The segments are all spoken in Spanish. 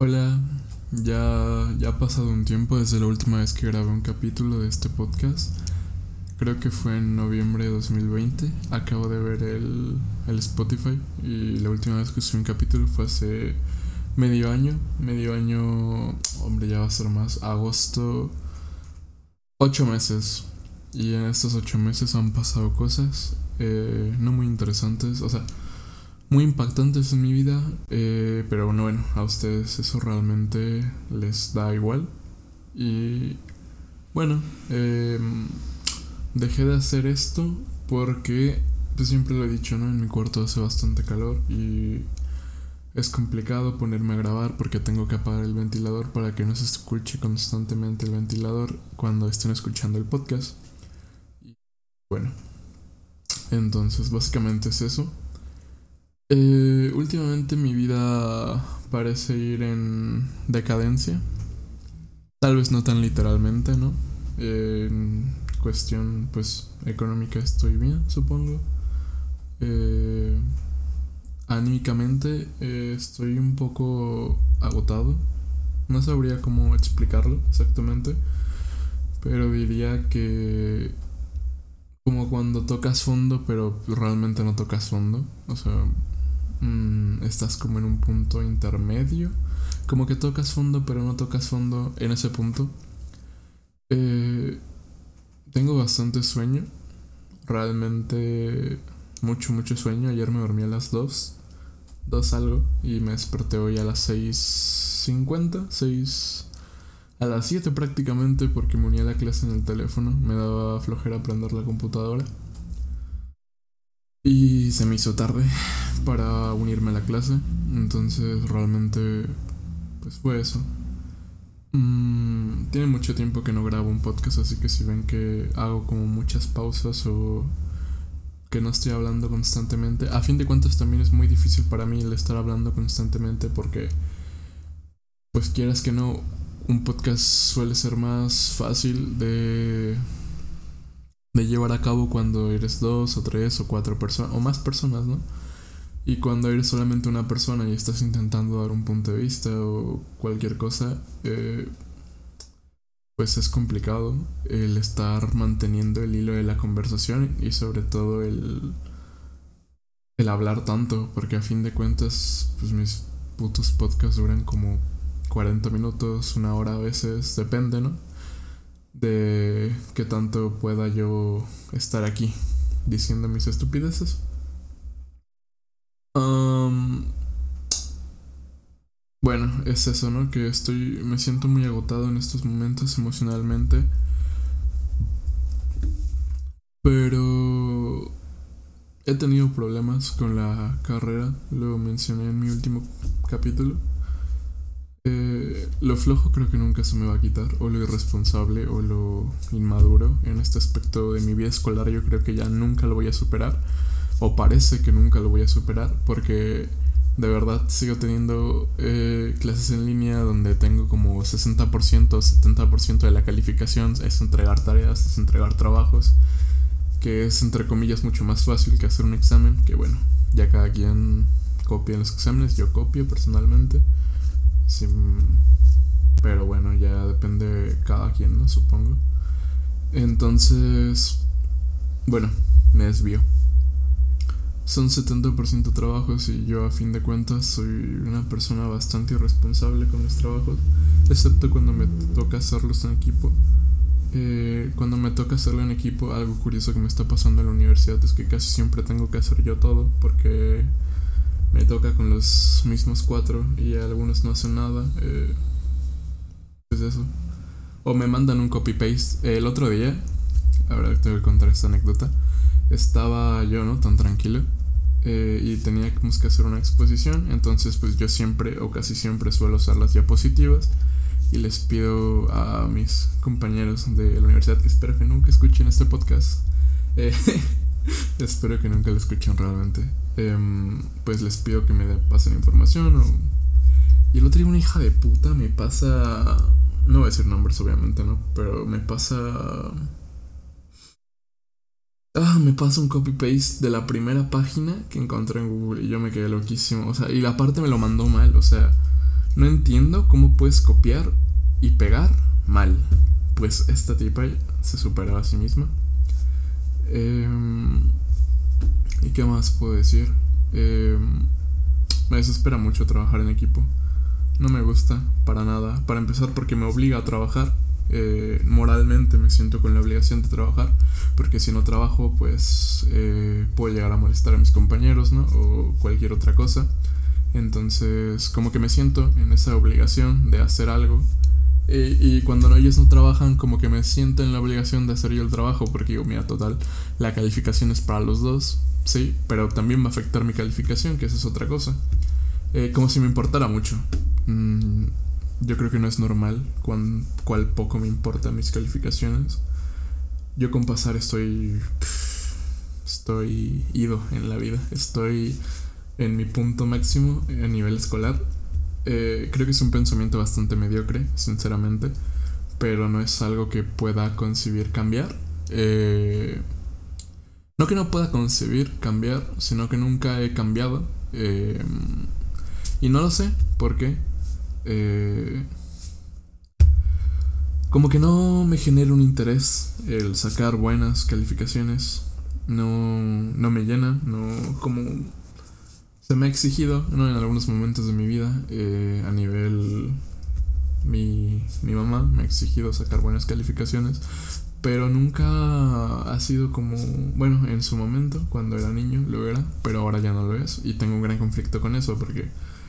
Hola, ya ha pasado un tiempo desde la última vez que grabé un capítulo de este podcast. Creo que fue en noviembre de 2020. Acabo de ver el Spotify y la última vez que subí un capítulo fue hace medio año. Medio año, hombre, ya va a ser más. Agosto, 8 meses. Y en estos 8 meses han pasado cosas no muy interesantes. O sea, muy impactantes en mi vida, pero bueno, a ustedes eso realmente les da igual. Y bueno, dejé de hacer esto porque, pues siempre lo he dicho, ¿no? En mi cuarto hace bastante calor y es complicado ponerme a grabar porque tengo que apagar el ventilador para que no se escuche constantemente el ventilador cuando estén escuchando el podcast. Y bueno, entonces básicamente es eso. Últimamente mi vida parece ir en decadencia. Tal vez no tan literalmente, ¿no? En cuestión, pues, económica estoy bien, supongo. Eh, Anímicamente estoy un poco agotado. No sabría cómo explicarlo exactamente, pero diría que como cuando tocas fondo, pero realmente no tocas fondo. O sea, estás como en un punto intermedio. Como que tocas fondo, pero no tocas fondo en ese punto. Eh, Tengo bastante sueño. Realmente mucho sueño. Ayer me dormí a las 2 algo. Y me desperté hoy a las 6:50 6 a las 7 prácticamente porque me uní a la clase en el teléfono. Me daba flojera prender la computadora. Y se me hizo tarde para unirme a la clase. Entonces realmente pues fue eso. Tiene mucho tiempo que no grabo un podcast, así que si ven que hago como muchas pausas o que no estoy hablando constantemente, a fin de cuentas también es muy difícil para mí el estar hablando constantemente porque pues quieras que no, un podcast suele ser más fácil de llevar a cabo cuando eres dos o tres o cuatro personas o más personas, ¿no? Y cuando eres solamente una persona y estás intentando dar un punto de vista o cualquier cosa, pues es complicado el estar manteniendo el hilo de la conversación y sobre todo el hablar tanto, porque a fin de cuentas, pues mis putos podcasts duran como 40 minutos, una hora a veces, depende, ¿no? De qué tanto pueda yo estar aquí diciendo mis estupideces. Um, bueno, es eso, ¿no? Que me siento muy agotado en estos momentos emocionalmente, pero he tenido problemas con la carrera, lo mencioné en mi último capítulo. Lo flojo creo que nunca se me va a quitar, o lo irresponsable o lo inmaduro en este aspecto de mi vida escolar yo creo que ya nunca lo voy a superar, o parece que nunca lo voy a superar, porque de verdad sigo teniendo clases en línea donde tengo como 60% o 70% de la calificación es entregar tareas, es entregar trabajos, que es entre comillas mucho más fácil que hacer un examen, que bueno, ya cada quien copia en los exámenes, yo copio personalmente, sin, pero bueno, ya depende de cada quien, ¿no? Supongo. Entonces, bueno, me desvío. Son 70% trabajos y yo a fin de cuentas soy una persona bastante irresponsable con los trabajos, excepto cuando me toca hacerlos en equipo. Cuando me toca hacerlo en equipo, algo curioso que me está pasando en la universidad es que casi siempre tengo que hacer yo todo porque me toca con los mismos cuatro y algunos no hacen nada. Pues eso. O me mandan un copy-paste. El otro día, ahora tengo que contar esta anécdota, estaba yo, ¿no? Tan tranquilo. Y teníamos que hacer una exposición. Entonces pues yo siempre o casi siempre suelo usar las diapositivas. Y les pido a mis compañeros de la universidad que espero que nunca escuchen este podcast. Eh, Espero que nunca lo escuchen realmente. Pues les pido que me pasen información. Y el otro día una hija de puta me pasa... No voy a decir nombres obviamente, ¿no? Pero me pasa... me pasa un copy-paste de la primera página que encontré en Google y yo me quedé loquísimo. O sea, y la parte me lo mandó mal, o sea... No entiendo cómo puedes copiar y pegar mal. Pues esta tipa se superó a sí misma. ¿Y qué más puedo decir? Me desespera mucho trabajar en equipo. No me gusta para nada. Para empezar, porque me obliga a trabajar. Moralmente me siento con la obligación de trabajar, porque si no trabajo, pues puedo llegar a molestar a mis compañeros, ¿no? O cualquier otra cosa. Entonces, como que me siento en esa obligación de hacer algo. Y cuando ellos no trabajan, como que me siento en la obligación de hacer yo el trabajo, porque digo, mira, total, la calificación es para los dos, sí, pero también va a afectar mi calificación, que esa es otra cosa. Como si me importara mucho. Yo creo que no es normal cuál poco me importan mis calificaciones. Yo con pasar estoy ido en la vida. Estoy en mi punto máximo a nivel escolar. Creo que es un pensamiento bastante mediocre, sinceramente, pero no es algo que pueda concebir cambiar. No que no pueda concebir cambiar, sino que nunca he cambiado. Y no lo sé por qué. Como que no me genera un interés el sacar buenas calificaciones. No me llena. No, como se me ha exigido, ¿no? En algunos momentos de mi vida, a nivel mi mamá me ha exigido sacar buenas calificaciones, pero nunca ha sido como, bueno, en su momento cuando era niño lo era, pero ahora ya no lo es, y tengo un gran conflicto con eso porque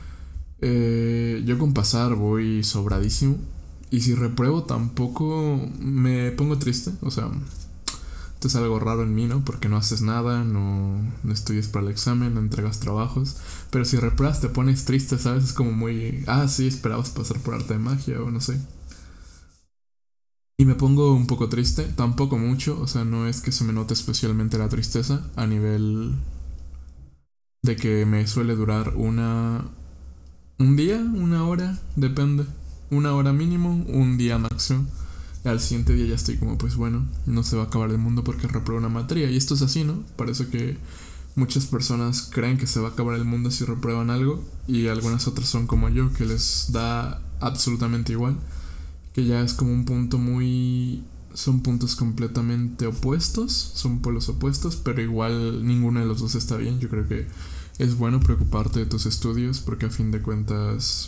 yo con pasar voy sobradísimo, y si repruebo tampoco me pongo triste. O sea, esto es algo raro en mí, ¿no? Porque no haces nada, no estudias para el examen, no entregas trabajos. Pero si repruebas te pones triste, ¿sabes? Es como muy... Ah, sí, esperabas pasar por arte de magia o no sé. Y me pongo un poco triste, tampoco mucho. O sea, no es que se me note especialmente la tristeza a nivel de que me suele durar un día, una hora, depende. Una hora mínimo, un día máximo. Al siguiente día ya estoy como, pues bueno, no se va a acabar el mundo porque reprobé una materia. Y esto es así, ¿no? Parece que muchas personas creen que se va a acabar el mundo si reprueban algo, y algunas otras son como yo, que les da absolutamente igual. Que ya es como un punto muy... Son puntos completamente opuestos, son polos opuestos, pero igual ninguno de los dos está bien. Yo creo que es bueno preocuparte de tus estudios porque a fin de cuentas...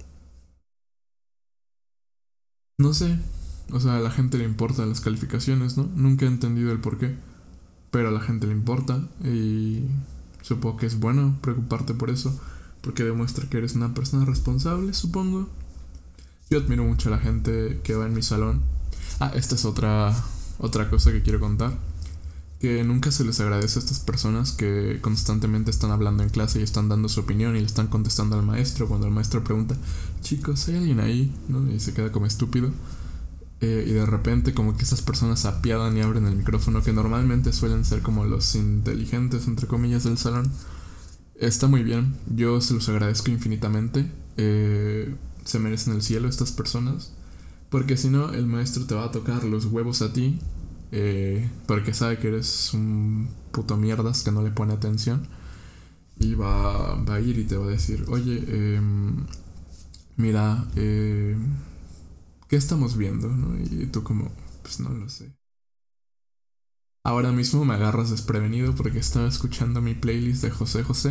No sé, o sea, a la gente le importan las calificaciones, ¿no? Nunca he entendido el por qué, pero a la gente le importa y supongo que es bueno preocuparte por eso, porque demuestra que eres una persona responsable, supongo. Yo admiro mucho a la gente que va en mi salón. Ah, esta es otra cosa que quiero contar. Que nunca se les agradece a estas personas que constantemente están hablando en clase y están dando su opinión y le están contestando al maestro cuando el maestro pregunta, chicos, ¿hay alguien ahí? ¿No? Y se queda como estúpido. Y de repente como que esas personas se apiadan y abren el micrófono, que normalmente suelen ser como los inteligentes, entre comillas, del salón. Está muy bien, yo se los agradezco infinitamente. Se merecen el cielo estas personas, porque si no el maestro te va a tocar los huevos a ti, porque sabe que eres un puto mierdas que no le pone atención, y va a ir y te va a decir, oye, mira, ¿qué estamos viendo? ¿No? Y tú como, pues no lo sé. Ahora mismo me agarras desprevenido porque estaba escuchando mi playlist de José José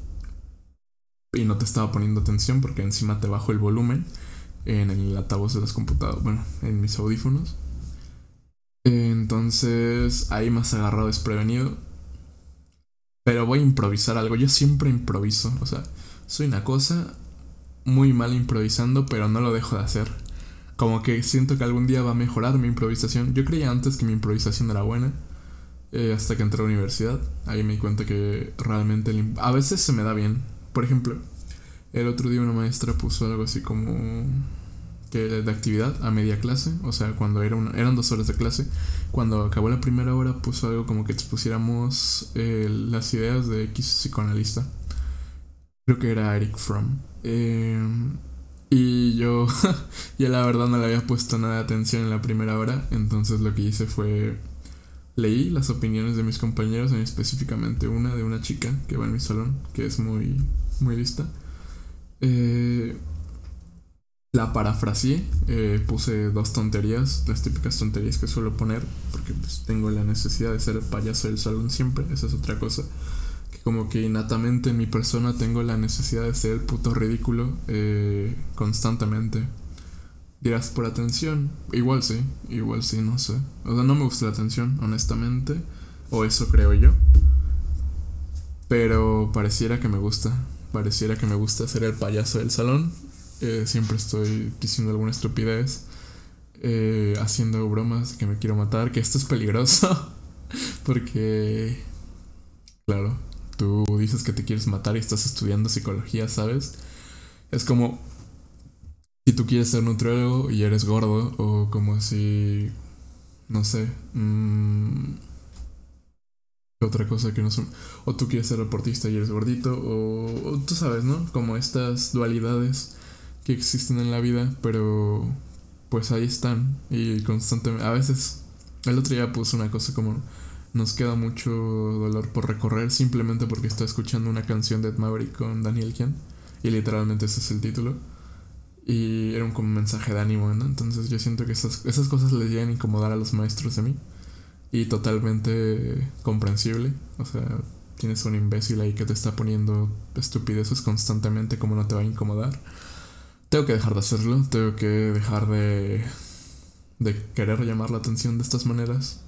y no te estaba poniendo atención porque encima te bajo el volumen en el altavoz de las computadoras, bueno, en mis audífonos. Entonces ahí me has agarrado desprevenido. Pero voy a improvisar algo. Yo siempre improviso. O sea, soy una cosa muy mal improvisando, pero no lo dejo de hacer. Como que siento que algún día va a mejorar mi improvisación. Yo creía antes que mi improvisación era buena, hasta que entré a la universidad. Ahí me di cuenta que realmente a veces se me da bien. Por ejemplo, el otro día una maestra puso algo así como que de actividad a media clase, o sea, cuando eran 2 horas de clase. Cuando acabó la primera hora puso algo como que expusiéramos las ideas de X psicoanalista. Creo que era Eric Fromm. Y yo la verdad no le había puesto nada de atención en la primera hora. Entonces lo que hice fue leí las opiniones de mis compañeros, específicamente una de una chica que va en mi salón, que es muy, muy lista. La parafraseé, puse dos tonterías, las típicas tonterías que suelo poner, porque pues tengo la necesidad de ser el payaso del salón siempre, esa es otra cosa. Que como que innatamente en mi persona tengo la necesidad de ser el puto ridículo constantemente. Dirás por atención, igual sí, no sé. O sea, no me gusta la atención, honestamente, o eso creo yo, pero pareciera que me gusta ser el payaso del salón. Siempre estoy diciendo alguna estupidez, haciendo bromas que me quiero matar, que esto es peligroso, porque, claro, tú dices que te quieres matar y estás estudiando psicología, ¿sabes? Es como si tú quieres ser nutriólogo y eres gordo, o como si, no sé, otra cosa que no son, o tú quieres ser deportista y eres gordito, o tú sabes, ¿no? Como estas dualidades que existen en la vida, pero pues ahí están y constantemente, a veces, el otro día puse una cosa como, nos queda mucho dolor por recorrer simplemente porque está escuchando una canción de Ed Maverick con Daniel Kian, y literalmente ese es el título, y era un como mensaje de ánimo, ¿no? Entonces yo siento que esas cosas les llegan a incomodar a los maestros de mí, y totalmente comprensible, o sea, tienes un imbécil ahí que te está poniendo estupideces constantemente, como no te va a incomodar. Tengo que dejar de hacerlo, tengo que dejar de querer llamar la atención de estas maneras.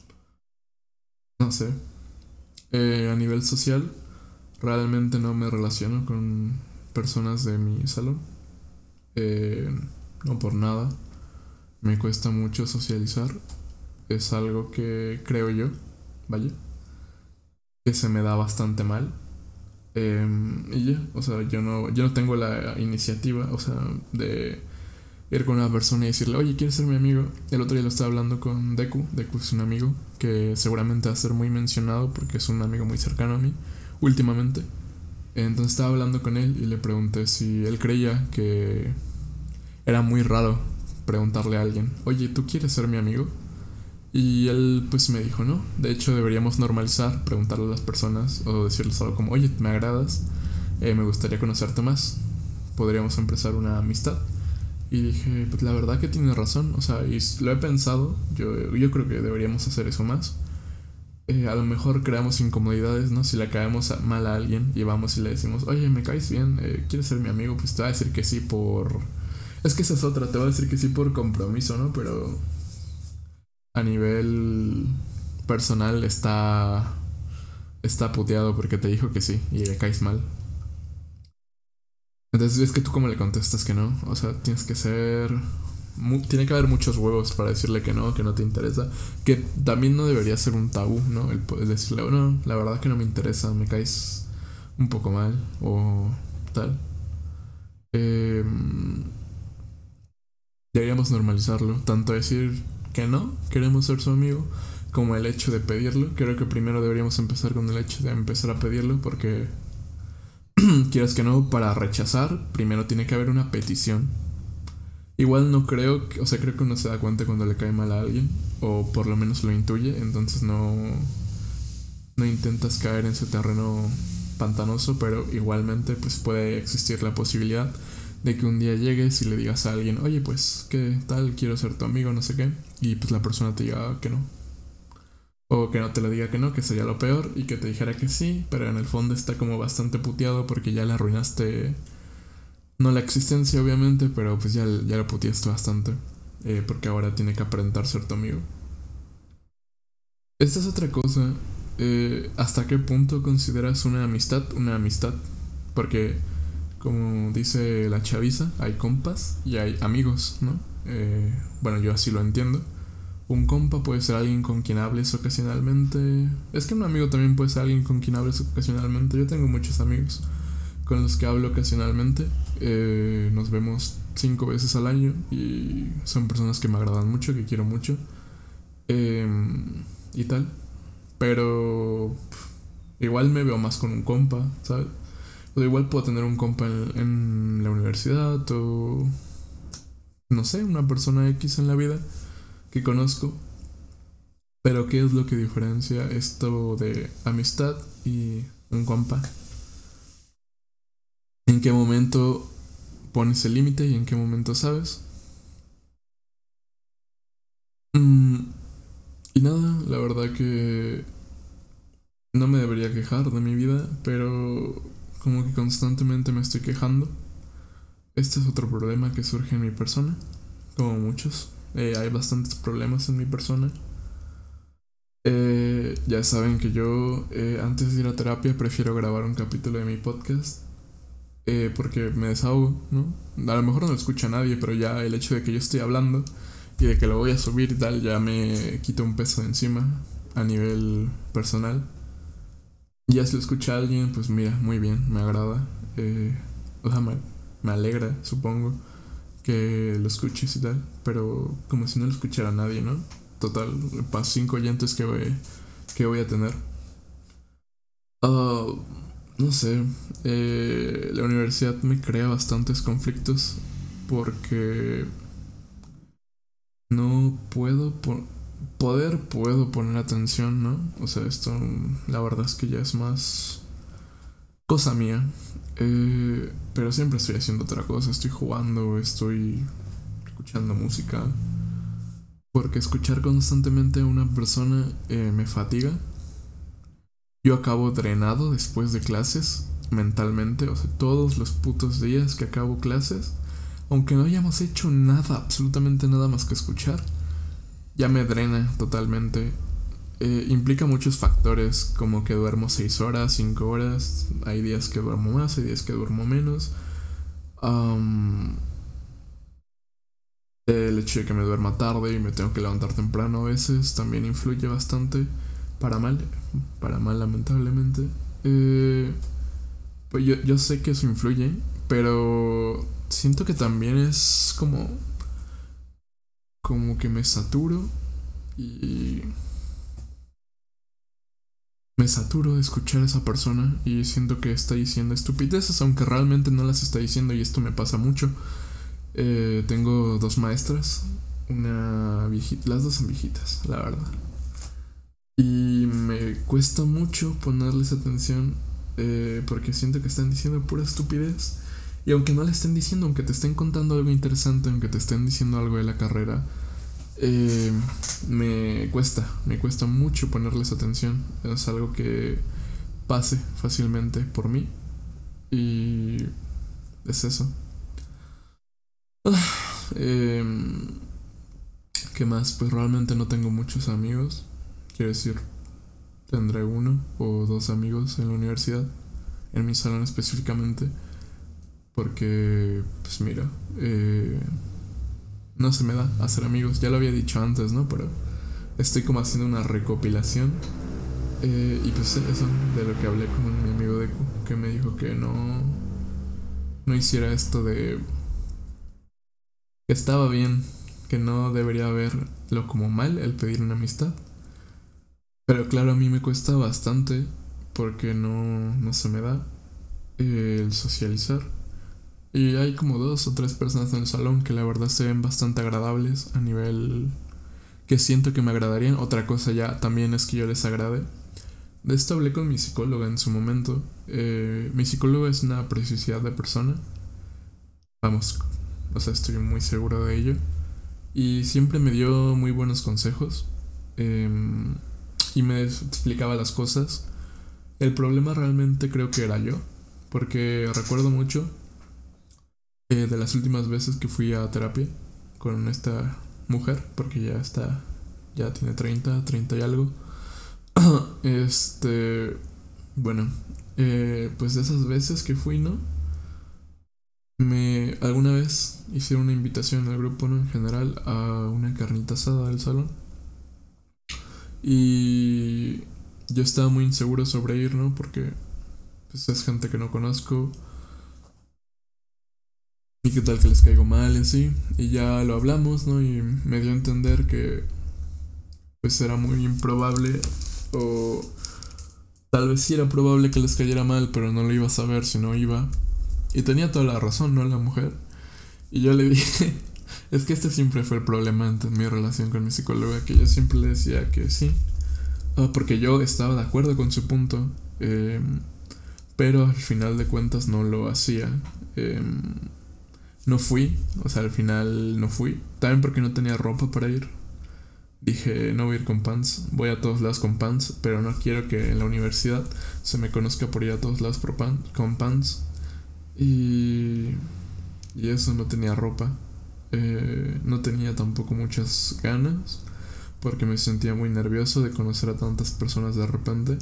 No sé. A nivel social, realmente no me relaciono con personas de mi salón. Eh, no por nada. Me cuesta mucho socializar. Es algo que creo yo, vaya, que se me da bastante mal. Y ya, o sea, yo no tengo la iniciativa, o sea, de ir con una persona y decirle, oye, ¿quieres ser mi amigo? El otro día lo estaba hablando con Deku. Deku es un amigo que seguramente va a ser muy mencionado porque es un amigo muy cercano a mí últimamente. Entonces estaba hablando con él y le pregunté si él creía que era muy raro preguntarle a alguien, oye, ¿tú quieres ser mi amigo? Y él pues me dijo, no, de hecho deberíamos normalizar, preguntarle a las personas o decirles algo como, oye, me agradas, me gustaría conocerte más, podríamos empezar una amistad. Y dije, pues la verdad que tiene razón, o sea, y lo he pensado, yo creo que deberíamos hacer eso más. A lo mejor creamos incomodidades, ¿no? Si le caemos mal a alguien y vamos y le decimos, oye, me caes bien, ¿quieres ser mi amigo? Pues te va a decir que sí por... Es que esa es otra, te va a decir que sí por compromiso, ¿no? Pero a nivel personal está puteado porque te dijo que sí y le caes mal. Entonces es que tú como le contestas que no, o sea, tienes que ser... Tiene que haber muchos huevos para decirle que no te interesa, que también no debería ser un tabú, ¿no? El poder decirle, oh, no, la verdad que no me interesa, me caes un poco mal o tal. Eh, Deberíamos normalizarlo, tanto decir que no, queremos ser su amigo, como el hecho de pedirlo. Creo que primero deberíamos empezar con el hecho de empezar a pedirlo, porque quieras que no, para rechazar, primero tiene que haber una petición. Igual no creo, o sea, creo que uno se da cuenta cuando le cae mal a alguien, o por lo menos lo intuye, entonces no intentas caer en ese terreno pantanoso, pero igualmente pues puede existir la posibilidad de que un día llegues y le digas a alguien, oye, pues, ¿qué tal? Quiero ser tu amigo, no sé qué, y pues la persona te diga que no. O que no te lo diga que no, que sería lo peor, y que te dijera que sí, pero en el fondo está como bastante puteado porque ya le arruinaste, no la existencia obviamente, pero pues ya lo puteaste bastante, porque ahora tiene que aparentar ser tu amigo. Esta es otra cosa, ¿hasta qué punto consideras una amistad? Porque, como dice la chaviza, hay compas y hay amigos, ¿no? Bueno, yo así lo entiendo. Un compa puede ser alguien con quien hables ocasionalmente. Es que un amigo también puede ser alguien con quien hables ocasionalmente. Yo tengo muchos amigos con los que hablo ocasionalmente. Nos vemos 5 veces al año y son personas que me agradan mucho, que quiero mucho. Eh, y tal. Pero igual me veo más con un compa, ¿sabes? O igual puedo tener un compa en la universidad o no sé, una persona X en la vida que conozco. Pero ¿qué es lo que diferencia esto de amistad y un compa? ¿En qué momento pones el límite y en qué momento sabes. Mm, y nada, la verdad que no me debería quejar de mi vida, pero como que constantemente me estoy quejando. Este es otro problema que surge en mi persona, como muchos. Hay bastantes problemas en mi persona. Ya saben que yo, antes de ir a terapia, prefiero grabar un capítulo de mi podcast. Porque me desahogo, ¿no? A lo mejor no lo escucha nadie, pero ya el hecho de que yo estoy hablando y de que lo voy a subir y tal, ya me quita un peso de encima a nivel personal. Ya si lo escucha alguien, pues mira, muy bien, me agrada. O sea, me alegra, supongo, que lo escuches y tal. Pero como si no lo escuchara nadie, ¿no? Total, para 5 oyentes que voy a tener. Ah, no sé, la universidad me crea bastantes conflictos porque no puedo poner atención, ¿no? O sea, esto la verdad es que ya es más cosa mía. Pero siempre estoy haciendo otra cosa, estoy jugando, estoy escuchando música. Porque escuchar constantemente a una persona me fatiga. Yo acabo drenado después de clases, mentalmente, o sea, todos los putos días que acabo clases, aunque no hayamos hecho nada, absolutamente nada más que escuchar, ya me drena totalmente. Implica muchos factores, como que duermo 6 horas, 5 horas, hay días que duermo más, hay días que duermo menos. Am, el hecho de que me duerma tarde y me tengo que levantar temprano a veces también influye bastante, para mal, para mal lamentablemente. Pues yo sé que eso influye, pero siento que también es como que me saturo y me saturo de escuchar a esa persona y siento que está diciendo estupideces, aunque realmente no las está diciendo, y esto me pasa mucho. Tengo dos maestras, una viejita, las dos son viejitas, la verdad. Y me cuesta mucho ponerles atención porque siento que están diciendo pura estupidez. Y aunque no le estén diciendo, aunque te estén contando algo interesante, aunque te estén diciendo algo de la carrera, eh, me cuesta mucho ponerles atención. Es algo que pase fácilmente por mí. Y es eso. Eh, ¿Qué más? Pues realmente no tengo muchos amigos. Quiero decir, tendré uno o dos amigos en la universidad, en mi salón específicamente, porque, pues mira, no se me da hacer amigos. Ya lo había dicho antes, ¿no? Pero estoy como haciendo una recopilación. Y pues eso, de lo que hablé con mi amigo Deku, que me dijo que no hiciera esto de que estaba bien, que no debería verlo como mal el pedir una amistad. Pero claro, a mí me cuesta bastante porque no se me da el socializar. Y hay como dos o tres personas en el salón que la verdad se ven bastante agradables a nivel que siento que me agradarían. Otra cosa ya también es que yo les agrade. De esto hablé con mi psicóloga en su momento. Mi psicóloga es una preciosidad de persona. Vamos, o sea, estoy muy seguro de ello. Y siempre me dio muy buenos consejos. Y me explicaba las cosas. El problema realmente creo que era yo. Porque recuerdo mucho de las últimas veces que fui a terapia con esta mujer, porque ya tiene 30 y algo. Bueno, pues de esas veces que fui, ¿no? Alguna vez hicieron una invitación al grupo, ¿no? En general, a una carnita asada del salón. Y yo estaba muy inseguro sobre ir, ¿no? Porque pues es gente que no conozco. Y qué tal que les caigo mal y así. Y ya lo hablamos, ¿no? Y me dio a entender que pues era muy improbable, o tal vez sí era probable que les cayera mal, pero no lo iba a saber si no iba. Y tenía toda la razón, ¿no? La mujer. Y yo le dije, es que este siempre fue el problema en mi relación con mi psicóloga, que yo siempre le decía que sí. Porque yo estaba de acuerdo con su punto, pero al final de cuentas no lo hacía. No fui, o sea, al final no fui. También porque no tenía ropa para ir. Dije, no voy a ir con pants, voy a todos lados con pants, pero no quiero que en la universidad se me conozca por ir a todos lados con pants. Y, y eso, no tenía ropa. No tenía tampoco muchas ganas, porque me sentía muy nervioso de conocer a tantas personas de repente.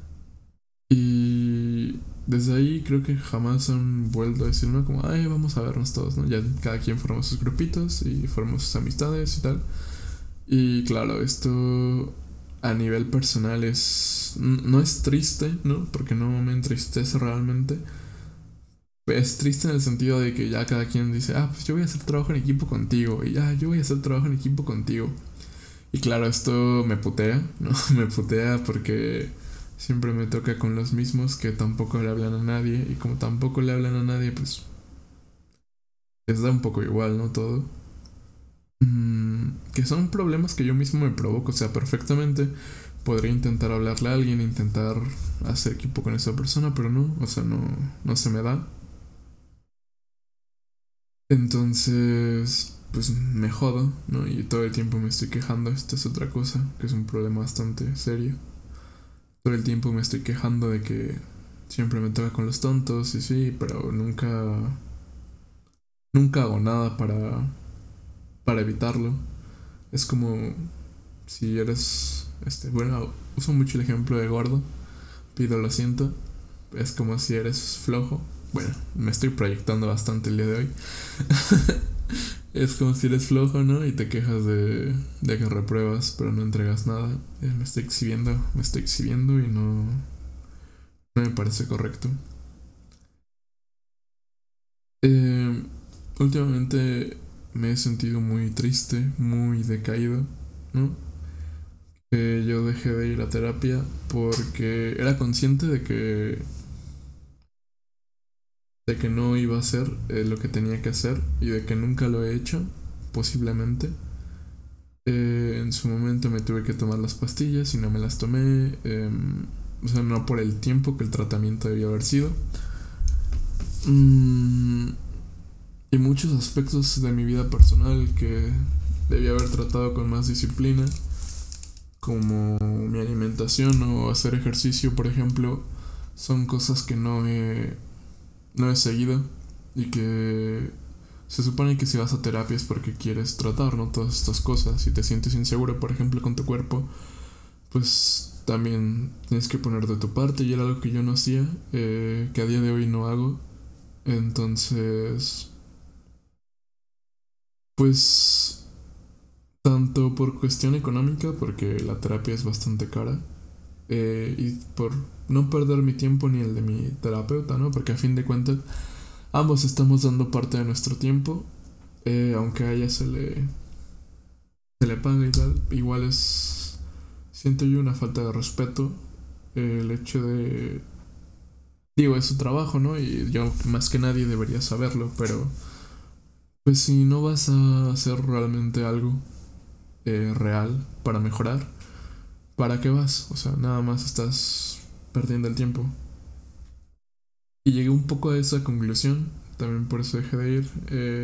Y desde ahí creo que jamás han vuelto a decirme como, ay, vamos a vernos todos, ¿no? Ya cada quien formó sus grupitos y formó sus amistades y tal. Y claro, esto a nivel personal no es triste, ¿no? Porque no me entristece realmente. Es triste en el sentido de que ya cada quien dice, ah, pues yo voy a hacer trabajo en equipo contigo. Y ya, yo voy a hacer trabajo en equipo contigo. Y claro, esto me putea, ¿no? Me putea porque siempre me toca con los mismos que tampoco le hablan a nadie. Y como tampoco le hablan a nadie, pues les da un poco igual, ¿no? Todo. Que son problemas que yo mismo me provoco. O sea, perfectamente podría intentar hablarle a alguien, intentar hacer equipo con esa persona, pero no, o sea, no se me da. Entonces, pues me jodo, ¿no? Y todo el tiempo me estoy quejando. Esta es otra cosa, que es un problema bastante serio. Todo el tiempo me estoy quejando de que siempre me toca con los tontos y sí, pero nunca hago nada para evitarlo. Es como si eres, bueno, uso mucho el ejemplo de gordo, pido lo siento. Es como si eres flojo. Bueno, me estoy proyectando bastante el día de hoy. Es como si eres flojo, ¿no? Y te quejas de que repruebas, pero no entregas nada. Me estoy exhibiendo y no me parece correcto. Eh, Últimamente me he sentido muy triste, muy decaído, ¿no? Yo dejé de ir a terapia porque era consciente de que no iba a hacer lo que tenía que hacer y de que nunca lo he hecho, posiblemente. En su momento me tuve que tomar las pastillas y no me las tomé. O sea, no por el tiempo que el tratamiento debía haber sido. Mm, y muchos aspectos de mi vida personal que debía haber tratado con más disciplina, como mi alimentación o hacer ejercicio, por ejemplo, son cosas que no he seguido y que se supone que si vas a terapia es porque quieres tratar, ¿no? Todas estas cosas. Si te sientes inseguro, por ejemplo, con tu cuerpo, pues también tienes que poner de tu parte y era algo que yo no hacía, que a día de hoy no hago. Entonces, pues tanto por cuestión económica, porque la terapia es bastante cara, y por no perder mi tiempo ni el de mi terapeuta, ¿no? Porque a fin de cuentas ambos estamos dando parte de nuestro tiempo, aunque a ella se le paga y tal, igual siento yo una falta de respeto, el hecho de, digo, es su trabajo, ¿no? Y yo más que nadie debería saberlo, pero pues si no vas a hacer realmente algo real para mejorar, ¿para qué vas? O sea, nada más estás perdiendo el tiempo. Y llegué un poco a esa conclusión, también por eso dejé de ir.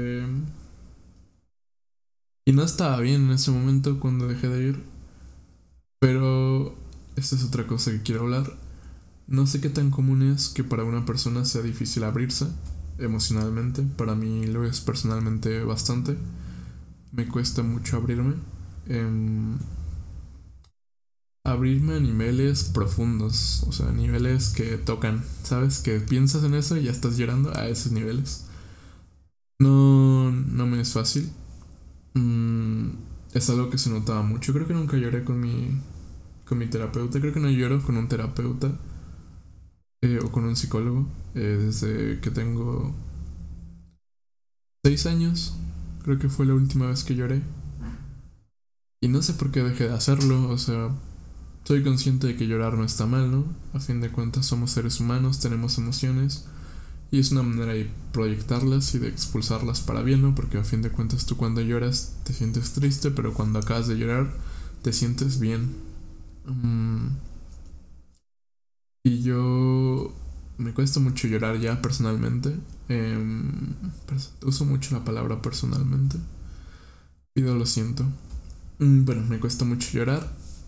Y no estaba bien en ese momento cuando dejé de ir, pero esta es otra cosa que quiero hablar. No sé qué tan común es que para una persona sea difícil abrirse emocionalmente. Para mí lo es personalmente bastante. Me cuesta mucho abrirme a niveles profundos, o sea, niveles que tocan, ¿sabes? Que piensas en eso y ya estás llorando a esos niveles. No me es fácil. Mm, es algo que se notaba mucho. Creo que nunca lloré con mi terapeuta. Creo que no lloro con un terapeuta o con un psicólogo desde que tengo 6 años. Creo que fue la última vez que lloré. Y no sé por qué dejé de hacerlo. O sea, soy consciente de que llorar no está mal, ¿no? A fin de cuentas somos seres humanos, tenemos emociones. Y es una manera de proyectarlas y de expulsarlas para bien, ¿no? Porque a fin de cuentas tú cuando lloras te sientes triste, pero cuando acabas de llorar te sientes bien. Y yo me cuesta mucho llorar ya personalmente. Uso mucho la palabra personalmente. Pido lo siento. Bueno, me cuesta mucho llorar.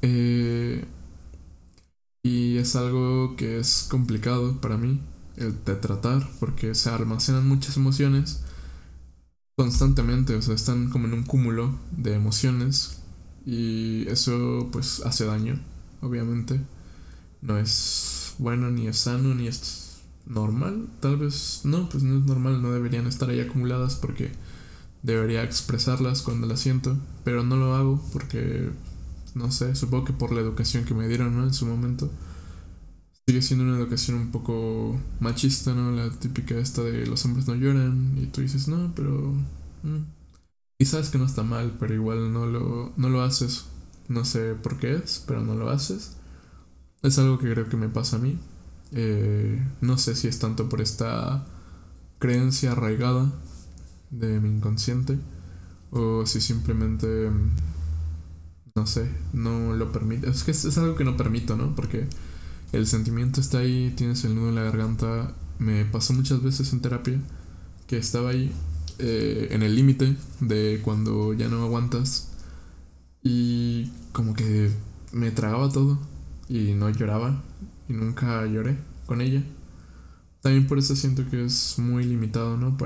Y es algo que es complicado para mí el de tratar porque se almacenan muchas emociones constantemente, o sea, están como en un cúmulo de emociones y eso pues hace daño, obviamente. No es bueno, ni es sano, ni es normal. Tal vez no, pues no es normal, no deberían estar ahí acumuladas porque debería expresarlas cuando las siento, pero no lo hago porque, no sé, supongo que por la educación que me dieron, ¿no? En su momento. Sigue siendo una educación un poco machista, ¿no? La típica esta de los hombres no lloran y tú dices, no, pero... Y sabes que no está mal, pero igual no lo haces. No sé por qué es, pero no lo haces. Es algo que creo que me pasa a mí. No sé si es tanto por esta creencia arraigada de mi inconsciente o si simplemente, no sé, no lo permite. Es que es algo que no permito, ¿no? Porque el sentimiento está ahí, tienes el nudo en la garganta. Me pasó muchas veces en terapia que estaba ahí en el límite de cuando ya no aguantas y como que me tragaba todo y no lloraba y nunca lloré con ella. También por eso siento que es muy limitado, ¿no?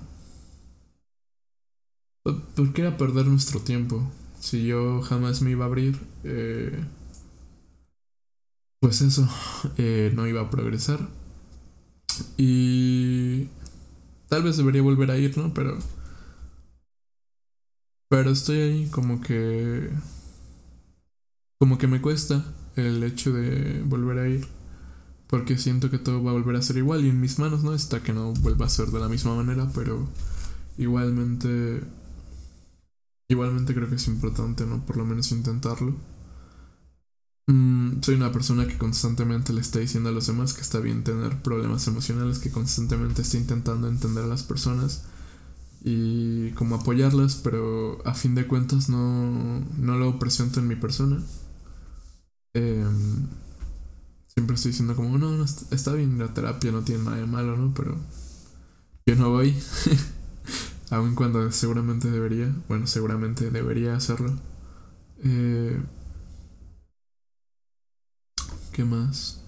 ¿Por qué era perder nuestro tiempo? Si yo jamás me iba a abrir, pues eso, no iba a progresar. Y tal vez debería volver a ir, ¿no? Pero estoy ahí como que me cuesta el hecho de volver a ir. Porque siento que todo va a volver a ser igual y en mis manos no está que no vuelva a ser de la misma manera, pero igualmente, igualmente creo que es importante, ¿no? Por lo menos intentarlo. Soy una persona que constantemente le está diciendo a los demás que está bien tener problemas emocionales, que constantemente está intentando entender a las personas y como apoyarlas, pero a fin de cuentas no lo presento en mi persona. Siempre estoy diciendo como, no, está bien la terapia, no tiene nada de malo, ¿no? Pero yo no voy, aun cuando seguramente debería hacerlo. Eh, ¿Qué más?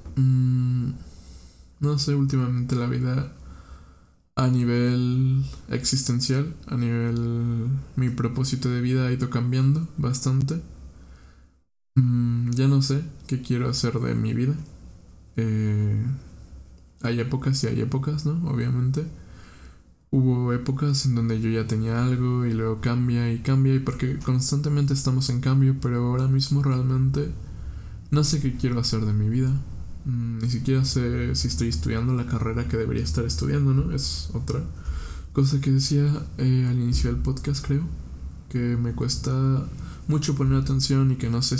No sé, últimamente la vida a nivel existencial, a nivel mi propósito de vida ha ido cambiando bastante. Ya no sé qué quiero hacer de mi vida. Eh, Hay épocas y hay épocas, ¿no? Obviamente. Hubo épocas en donde yo ya tenía algo y luego cambia y porque constantemente estamos en cambio, pero ahora mismo realmente no sé qué quiero hacer de mi vida. Ni siquiera sé si estoy estudiando la carrera que debería estar estudiando, ¿no? Es otra cosa que decía al inicio del podcast, creo. Que me cuesta mucho poner atención y que no sé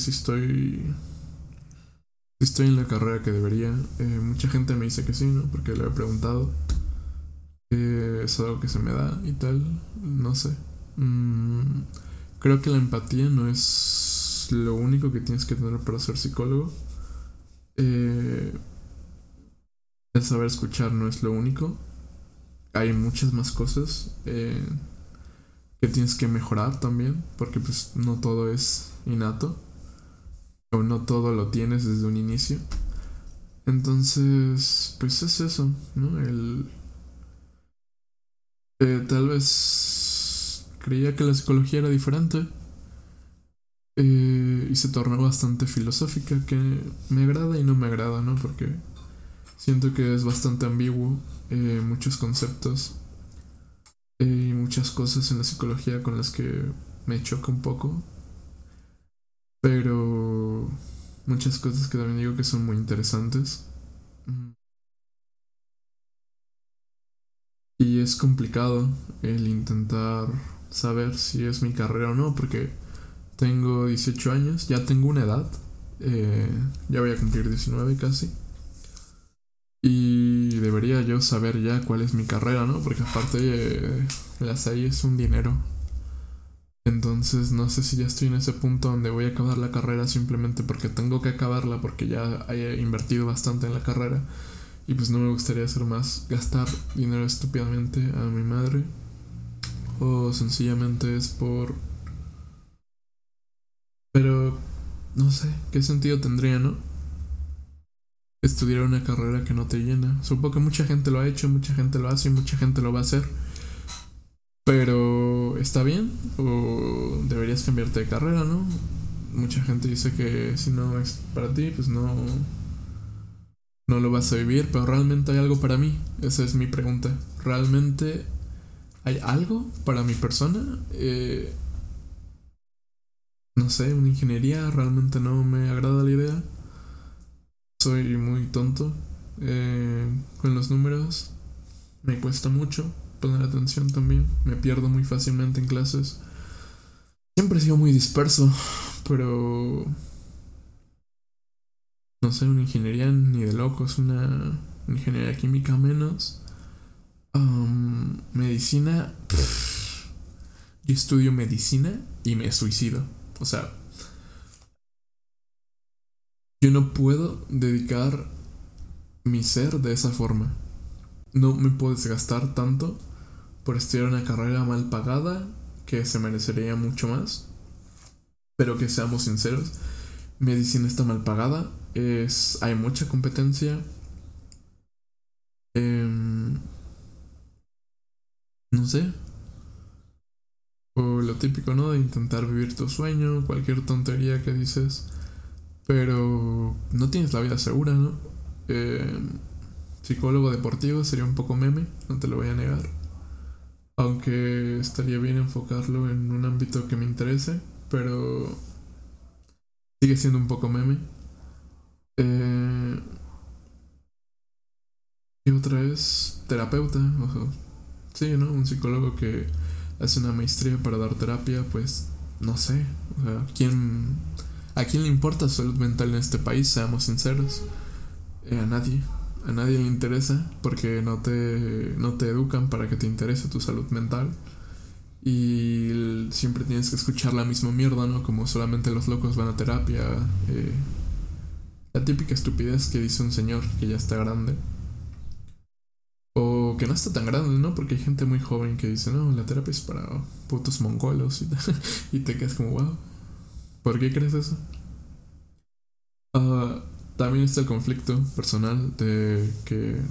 si estoy en la carrera que debería. Mucha gente me dice que sí, ¿no? Porque lo he preguntado. Es algo que se me da y tal. No sé. Creo que la empatía no es lo único que tienes que tener para ser psicólogo. El saber escuchar no es lo único. Hay muchas más cosas que tienes que mejorar también, porque pues no todo es innato o no todo lo tienes desde un inicio. Entonces, pues es eso, ¿no? Tal vez creía que la psicología era diferente y se tornó bastante filosófica, que me agrada y no me agrada, ¿no? Porque siento que es bastante ambiguo, muchos conceptos y muchas cosas en la psicología con las que me choca un poco, pero muchas cosas que también digo que son muy interesantes. Mm, Y es complicado el intentar saber si es mi carrera o no, porque tengo 18 años, ya tengo una edad, ya voy a cumplir 19 casi. Y debería yo saber ya cuál es mi carrera, ¿no? Porque aparte las AI es un dinero. Entonces no sé si ya estoy en ese punto donde voy a acabar la carrera simplemente porque tengo que acabarla porque ya he invertido bastante en la carrera Y pues no me gustaría hacer más gastar dinero estúpidamente a mi madre. O sencillamente es por... Pero no sé, ¿qué sentido tendría, no? Estudiar una carrera que no te llena. Supongo que mucha gente lo ha hecho, mucha gente lo hace y mucha gente lo va a hacer. Pero ¿está bien? ¿O deberías cambiarte de carrera, no? Mucha gente dice que si no es para ti, pues no lo vas a vivir, pero ¿realmente hay algo para mí? Esa es mi pregunta. ¿Realmente hay algo para mi persona? No sé, una ingeniería realmente no me agrada la idea. Soy muy tonto con los números. Me cuesta mucho poner atención también. Me pierdo muy fácilmente en clases. Siempre he sido muy disperso, pero no sé, una ingeniería ni de locos, una ingeniería química menos. Medicina. Yo estudio medicina y me suicido. O sea, yo no puedo dedicar mi ser de esa forma. No me puedo desgastar tanto por estudiar una carrera mal pagada que se merecería mucho más. Pero que seamos sinceros, medicina está mal pagada. Hay mucha competencia. No sé. O lo típico, ¿no? De intentar vivir tu sueño, cualquier tontería que dices. Pero no tienes la vida segura, ¿no? Eh, Psicólogo deportivo sería un poco meme, no te lo voy a negar. Aunque estaría bien enfocarlo en un ámbito que me interese, pero sigue siendo un poco meme. Eh, y otra es terapeuta, o sea, sí, ¿no? Un psicólogo que hace una maestría para dar terapia, pues no sé. O sea, ¿a quién le importa salud mental en este país? Seamos sinceros. A nadie. A nadie le interesa porque no te educan para que te interese tu salud mental. Y siempre tienes que escuchar la misma mierda, ¿no? Como solamente los locos van a terapia. La típica estupidez que dice un señor que ya está grande. O que no está tan grande, ¿no? Porque hay gente muy joven que dice, no, la terapia es para putos mongolos. Y te quedas como, wow, ¿por qué crees eso? Ah, también está el conflicto personal de que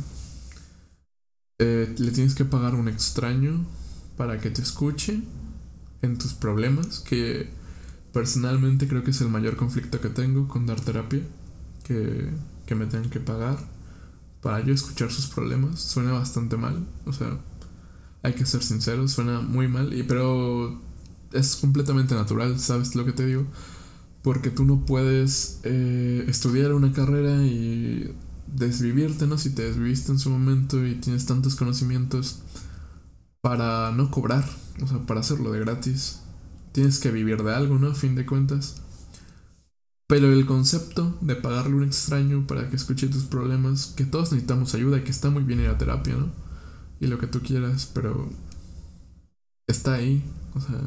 le tienes que pagar a un extraño para que te escuche en tus problemas, que personalmente creo que es el mayor conflicto que tengo con dar terapia, que me tengan que pagar para yo escuchar sus problemas. Suena bastante mal, o sea, hay que ser sinceros, suena muy mal, pero es completamente natural, ¿sabes lo que te digo? Porque tú no puedes estudiar una carrera y desvivirte, ¿no? Si te desviviste en su momento y tienes tantos conocimientos para no cobrar, o sea, para hacerlo de gratis. Tienes que vivir de algo, ¿no? A fin de cuentas. Pero el concepto de pagarle a un extraño para que escuche tus problemas, que todos necesitamos ayuda y que está muy bien ir a terapia, ¿no? Y lo que tú quieras, pero está ahí, o sea,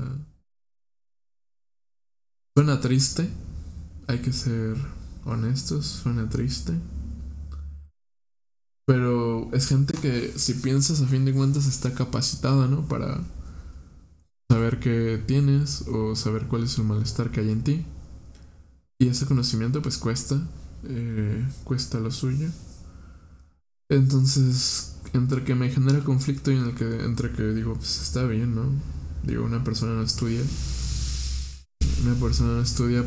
suena triste, hay que ser honestos, suena triste. Pero es gente que, si piensas, a fin de cuentas está capacitada, ¿no? Para saber qué tienes o saber cuál es el malestar que hay en ti. Y ese conocimiento pues cuesta lo suyo. Entonces, entre que me genera conflicto y entre que digo, pues está bien, ¿no? Digo, una persona no estudia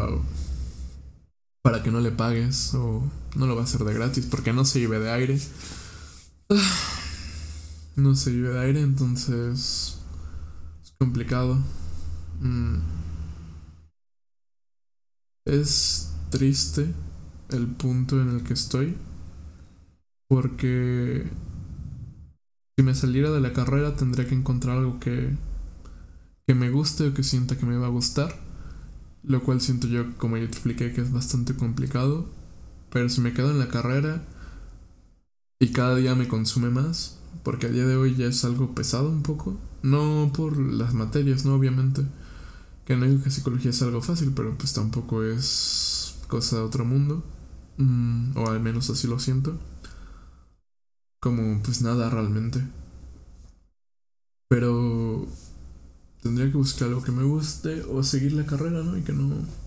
para que no le pagues o no lo va a hacer de gratis porque no se vive de aire. No se vive de aire, entonces es complicado. Mm, Es triste el punto en el que estoy porque si me saliera de la carrera tendría que encontrar algo que me guste o que sienta que me va a gustar, lo cual siento yo, como ya te expliqué, que es bastante complicado. Pero si me quedo en la carrera y cada día me consume más, porque a día de hoy ya es algo pesado un poco, no por las materias, no, obviamente, que no digo que psicología es algo fácil, pero pues tampoco es cosa de otro mundo, o al menos así lo siento. como pues nada realmente. Pero tendría que buscar algo que me guste o seguir la carrera, ¿no? Y que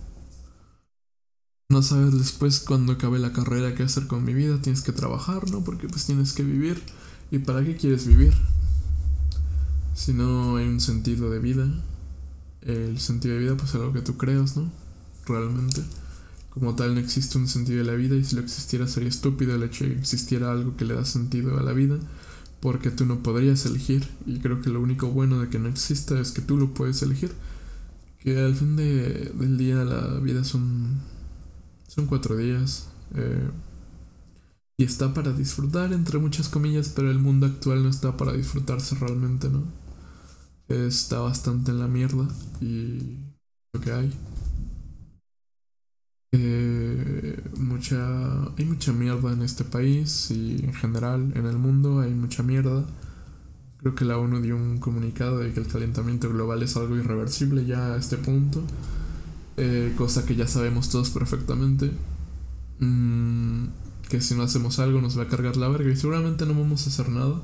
no sabes después cuando acabe la carrera qué hacer con mi vida, tienes que trabajar, ¿no? Porque pues tienes que vivir. ¿Y para qué quieres vivir? Si no hay un sentido de vida, el sentido de vida pues es algo que tú creas, ¿no? Realmente. Como tal no existe un sentido de la vida y si lo existiera sería estúpido el hecho de que existiera algo que le da sentido a la vida porque tú no podrías elegir y creo que lo único bueno de que no exista es que tú lo puedes elegir, que al fin del día la vida son 4 días y está para disfrutar entre muchas comillas, pero el mundo actual no está para disfrutarse realmente, ¿no? Está bastante en la mierda y lo que hay. Hay mucha mierda en este país y en general en el mundo hay mucha mierda. Creo que la ONU dio un comunicado de que el calentamiento global es algo irreversible ya a este punto, cosa que ya sabemos todos perfectamente. Que si no hacemos algo nos va a cargar la verga y seguramente no vamos a hacer nada.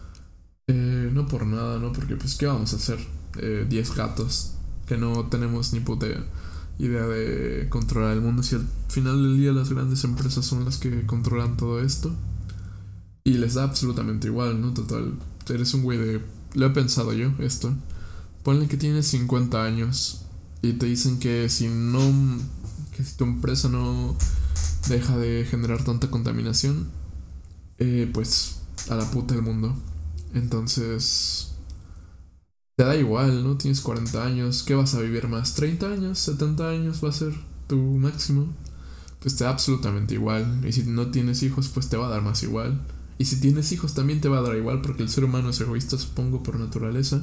No por nada, ¿no? Porque pues ¿qué vamos a hacer? 10 gatos que no tenemos ni puta idea de controlar el mundo. Si al final del día las grandes empresas son las que controlan todo esto y les da absolutamente igual, ¿no? Total, eres un güey de... Lo he pensado yo, esto. Ponle que tienes 50 años y te dicen que si no... que si tu empresa no deja de generar tanta contaminación, pues a la puta del mundo. Entonces... te da igual, ¿no? Tienes 40 años, ¿qué vas a vivir más? ¿30 años? ¿70 años va a ser tu máximo? Pues te da absolutamente igual. Y si no tienes hijos, pues te va a dar más igual. Y si tienes hijos también te va a dar igual porque el ser humano es egoísta, supongo, por naturaleza.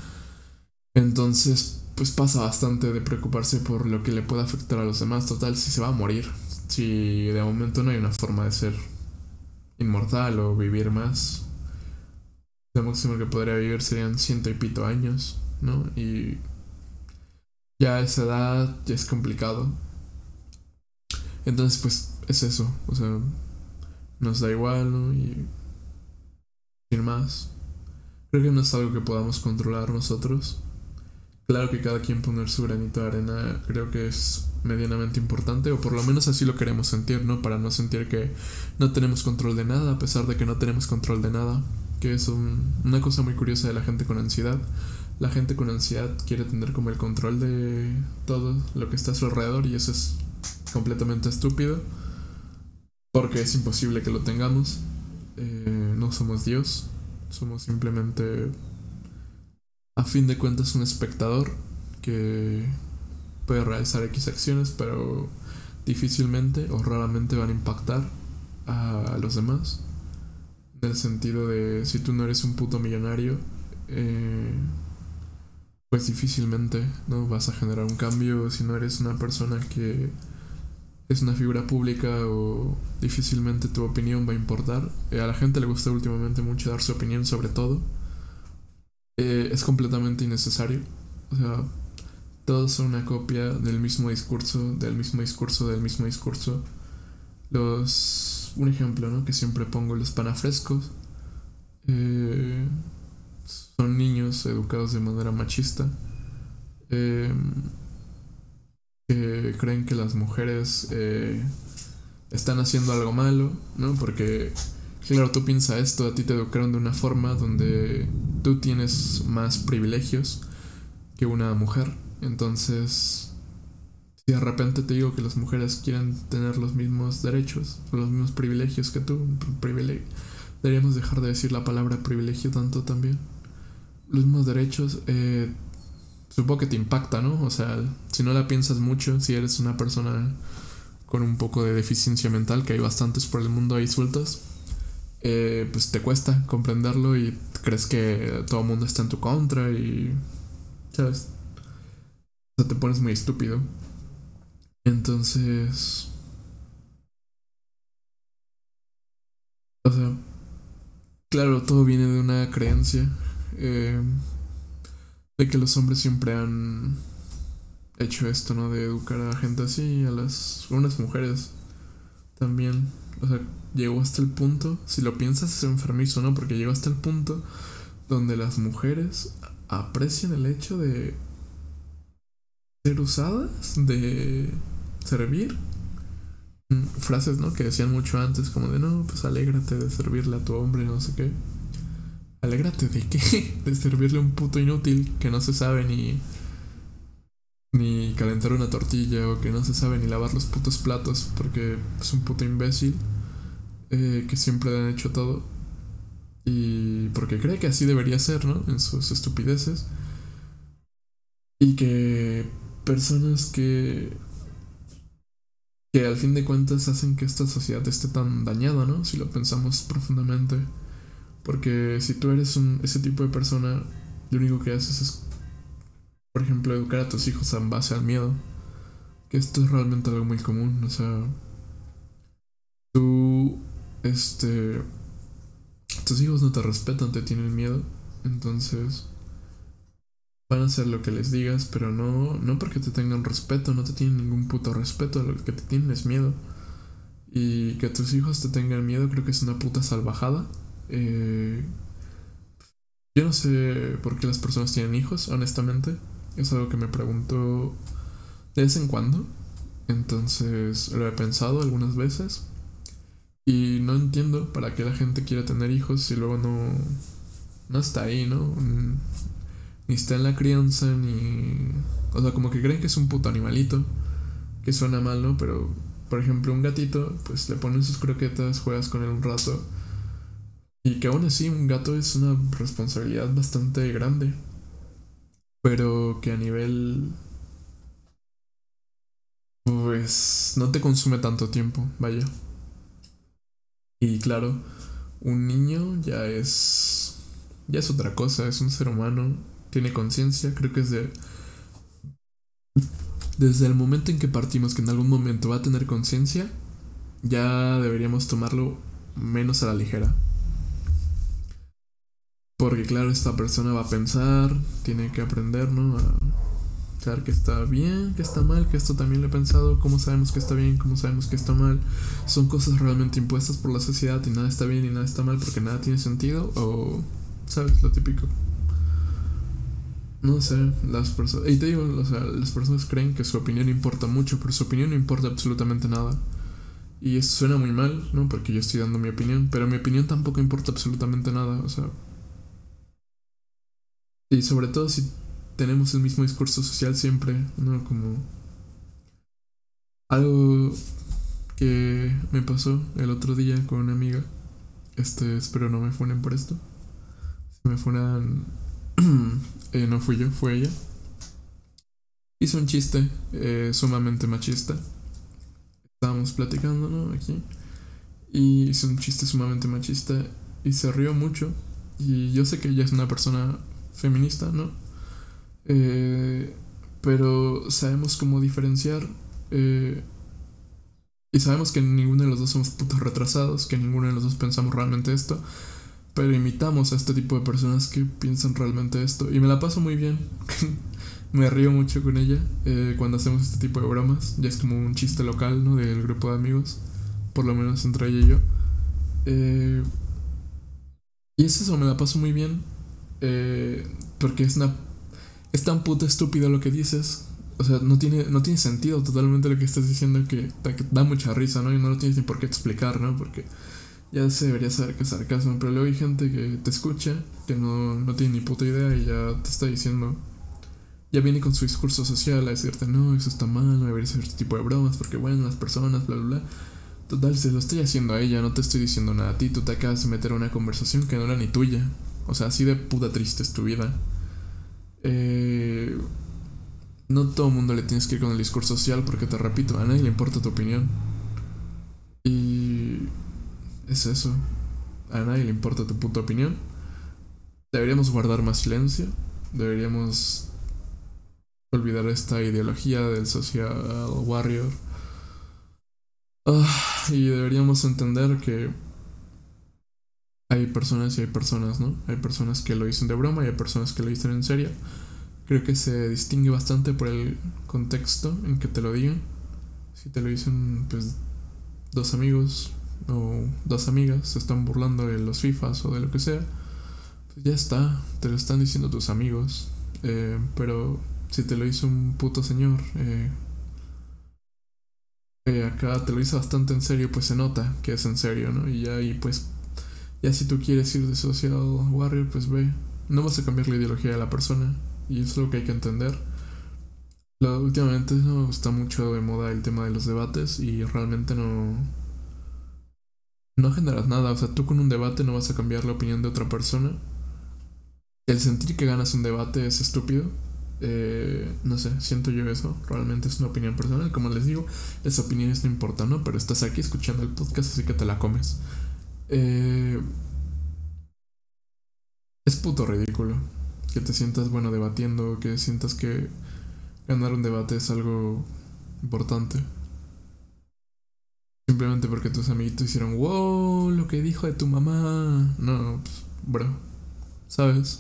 Entonces, pues pasa bastante de preocuparse por lo que le pueda afectar a los demás. Total, si se va a morir. Si de momento no hay una forma de ser inmortal o vivir más. Lo máximo que podría vivir serían 100 y pito años, ¿no? Y ya a esa edad ya es complicado. Entonces, pues es eso. O sea, nos da igual, ¿no? Y sin más. Creo que no es algo que podamos controlar nosotros. Claro que cada quien poner su granito de arena creo que es medianamente importante, o por lo menos así lo queremos sentir, ¿no? Para no sentir que no tenemos control de nada, a pesar de que no tenemos control de nada. Que es una cosa muy curiosa de la gente con ansiedad. La gente con ansiedad quiere tener como el control de todo lo que está a su alrededor y eso es completamente estúpido porque es imposible que lo tengamos. No somos Dios, somos simplemente a fin de cuentas un espectador que puede realizar X acciones, pero difícilmente o raramente van a impactar a los demás. En el sentido de si tú no eres un puto millonario, pues difícilmente no vas a generar un cambio. Si no eres una persona que es una figura pública, o difícilmente tu opinión va a importar. A la gente le gusta últimamente mucho dar su opinión sobre todo. Es completamente innecesario. O sea, todos son una copia del mismo discurso, del mismo discurso, del mismo discurso. Un ejemplo, ¿no? Que siempre pongo, los panafrescos. Son niños educados de manera machista. Que creen que las mujeres están haciendo algo malo, ¿no? Porque, claro, tú piensas esto, a ti te educaron de una forma donde tú tienes más privilegios que una mujer. Entonces, si de repente te digo que las mujeres quieren tener los mismos derechos o los mismos privilegios que tú, deberíamos dejar de decir la palabra privilegio tanto también. Los mismos derechos, supongo que te impacta, ¿no? O sea, si no la piensas mucho, si eres una persona con un poco de deficiencia mental, que hay bastantes por el mundo ahí sueltas, pues te cuesta comprenderlo y crees que todo el mundo está en tu contra y... ¿sabes? O sea, te pones muy estúpido. Entonces... o sea, claro, todo viene de una creencia de que los hombres siempre han hecho esto, ¿no? De educar a la gente así, a unas mujeres también, o sea, llegó hasta el punto, si lo piensas es enfermizo, ¿no? Porque llegó hasta el punto donde las mujeres aprecian el hecho de ser usadas, de servir. Frases, ¿no? Que decían mucho antes, como de no, pues alégrate de servirle a tu hombre, no sé qué. ¿Alégrate de qué? De servirle a un puto inútil que no se sabe ni calentar una tortilla o que no se sabe ni lavar los putos platos porque es un puto imbécil que siempre le han hecho todo y porque cree que así debería ser, ¿no? En sus estupideces y que personas que al fin de cuentas hacen que esta sociedad esté tan dañada, ¿no? Si lo pensamos profundamente. Porque si tú eres ese tipo de persona, lo único que haces es, por ejemplo, educar a tus hijos en base al miedo. Que esto es realmente algo muy común. O sea, tú, este, tus hijos no te respetan, te tienen miedo. Entonces, van a hacer lo que les digas, pero no porque te tengan respeto, no te tienen ningún puto respeto. Lo que te tienen es miedo. Y que tus hijos te tengan miedo creo que es una puta salvajada. Eh, yo no sé por qué las personas tienen hijos, honestamente. Es algo que me pregunto de vez en cuando. Entonces lo he pensado algunas veces. Y no entiendo para qué la gente quiere tener hijos si luego no está ahí, ¿no? Ni está en la crianza, ni... O sea, como que creen que es un puto animalito. Que suena mal, ¿no? Pero, por ejemplo, un gatito, pues le ponen sus croquetas, juegas con él un rato. Y que aún así un gato es una responsabilidad bastante grande. Pero que a nivel... Pues no te consume tanto tiempo, vaya. Y claro, un niño ya es otra cosa, es un ser humano, tiene conciencia, creo que desde el momento en que partimos que en algún momento va a tener conciencia, ya deberíamos tomarlo menos a la ligera. Porque claro, esta persona va a pensar, tiene que aprender, ¿no? A saber que está bien, que está mal, que esto también lo he pensado, cómo sabemos que está bien, cómo sabemos que está mal. Son cosas realmente impuestas por la sociedad y nada está bien y nada está mal porque nada tiene sentido o, ¿sabes? Lo típico. No sé, las personas... Y te digo, o sea, las personas creen que su opinión importa mucho, pero su opinión no importa absolutamente nada. Y eso suena muy mal, ¿no? Porque yo estoy dando mi opinión, pero mi opinión tampoco importa absolutamente nada, o sea... Y sobre todo si tenemos el mismo discurso social siempre, ¿no? Como algo que me pasó el otro día con una amiga. Espero no me funen por esto. Si me funan, no fui yo, fue ella. Hizo un chiste sumamente machista. Estábamos platicando, ¿no? Aquí. Y hizo un chiste sumamente machista y se rió mucho. Y yo sé que ella es una persona feminista, ¿no? Pero sabemos cómo diferenciar. Y sabemos que ninguno de los dos somos putos retrasados, que ninguno de los dos pensamos realmente esto. Pero imitamos a este tipo de personas que piensan realmente esto. Y me la paso muy bien. Me río mucho con ella cuando hacemos este tipo de bromas. Ya es como un chiste local, ¿no? Del grupo de amigos. Por lo menos entre ella y yo. Y es eso, me la paso muy bien. Porque es tan puto estúpido lo que dices. O sea, no tiene sentido totalmente lo que estás diciendo que da mucha risa, ¿no? Y no lo tienes ni por qué explicar, ¿no? Porque ya se debería saber que es sarcasmo. Pero luego hay gente que te escucha, que no tiene ni puta idea y ya te está diciendo... Ya viene con su discurso social a decirte, no, eso está mal, no deberías hacer este tipo de bromas porque, bueno, las personas, bla, bla, bla. Total, se lo estoy haciendo a ella, no te estoy diciendo nada a ti. Tú te acabas de meter a una conversación que no era ni tuya. O sea, así de puta triste es tu vida. No todo el mundo le tienes que ir con el discurso social porque, te repito, a nadie le importa tu opinión. Y es eso. A nadie le importa tu puta opinión. Deberíamos guardar más silencio. Deberíamos olvidar esta ideología del social warrior. Y deberíamos entender que hay personas y hay personas, ¿no? Hay personas que lo dicen de broma y hay personas que lo dicen en serio. Creo que se distingue bastante por el contexto en que te lo digan. Si te lo dicen, pues, dos amigos o dos amigas se están burlando de los FIFAs o de lo que sea, pues ya está, te lo están diciendo tus amigos. Pero si te lo hizo un puto señor, acá te lo hizo bastante en serio, pues se nota que es en serio, ¿no? Y ya ahí pues, ya si tú quieres ir de social warrior, pues ve, no vas a cambiar la ideología de la persona, y eso es lo que hay que entender. Últimamente no está mucho de moda el tema de los debates y realmente no generas nada. O sea, tú con un debate no vas a cambiar la opinión de otra persona. El sentir que ganas un debate es estúpido. No sé, siento yo eso. Realmente es una opinión personal. Como les digo, las opiniones no importan, ¿no? Pero estás aquí escuchando el podcast, así que te la comes. Es puto ridículo que te sientas bueno debatiendo, que sientas que ganar un debate es algo importante. Simplemente porque tus amiguitos hicieron, wow, lo que dijo de tu mamá. No, pues, bro, ¿sabes?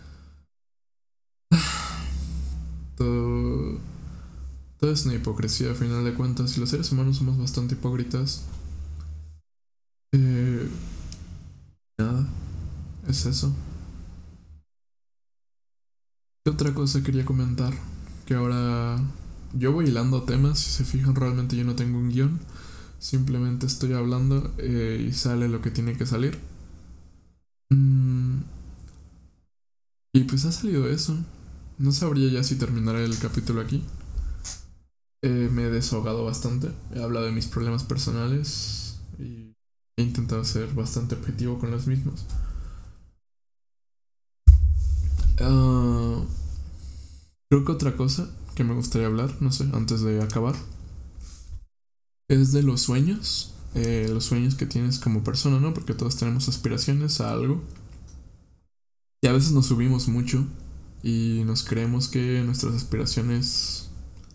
Todo, todo es una hipocresía a final de cuentas. Y los seres humanos somos bastante hipócritas. Eh, Nada, es eso. ¿Qué otra cosa quería comentar? Que ahora yo voy hilando temas. Si se fijan, realmente yo no tengo un guión. Simplemente estoy hablando y sale lo que tiene que salir. Mm, y pues ha salido eso. No sabría ya si terminaré el capítulo aquí. Me he desahogado bastante. He hablado de mis problemas personales y he intentado ser bastante objetivo con los mismos. Ah, Creo que otra cosa que me gustaría hablar, no sé, antes de acabar, es de los sueños. Los sueños que tienes como persona, ¿no? Porque todos tenemos aspiraciones a algo. Y a veces nos subimos mucho y nos creemos que nuestras aspiraciones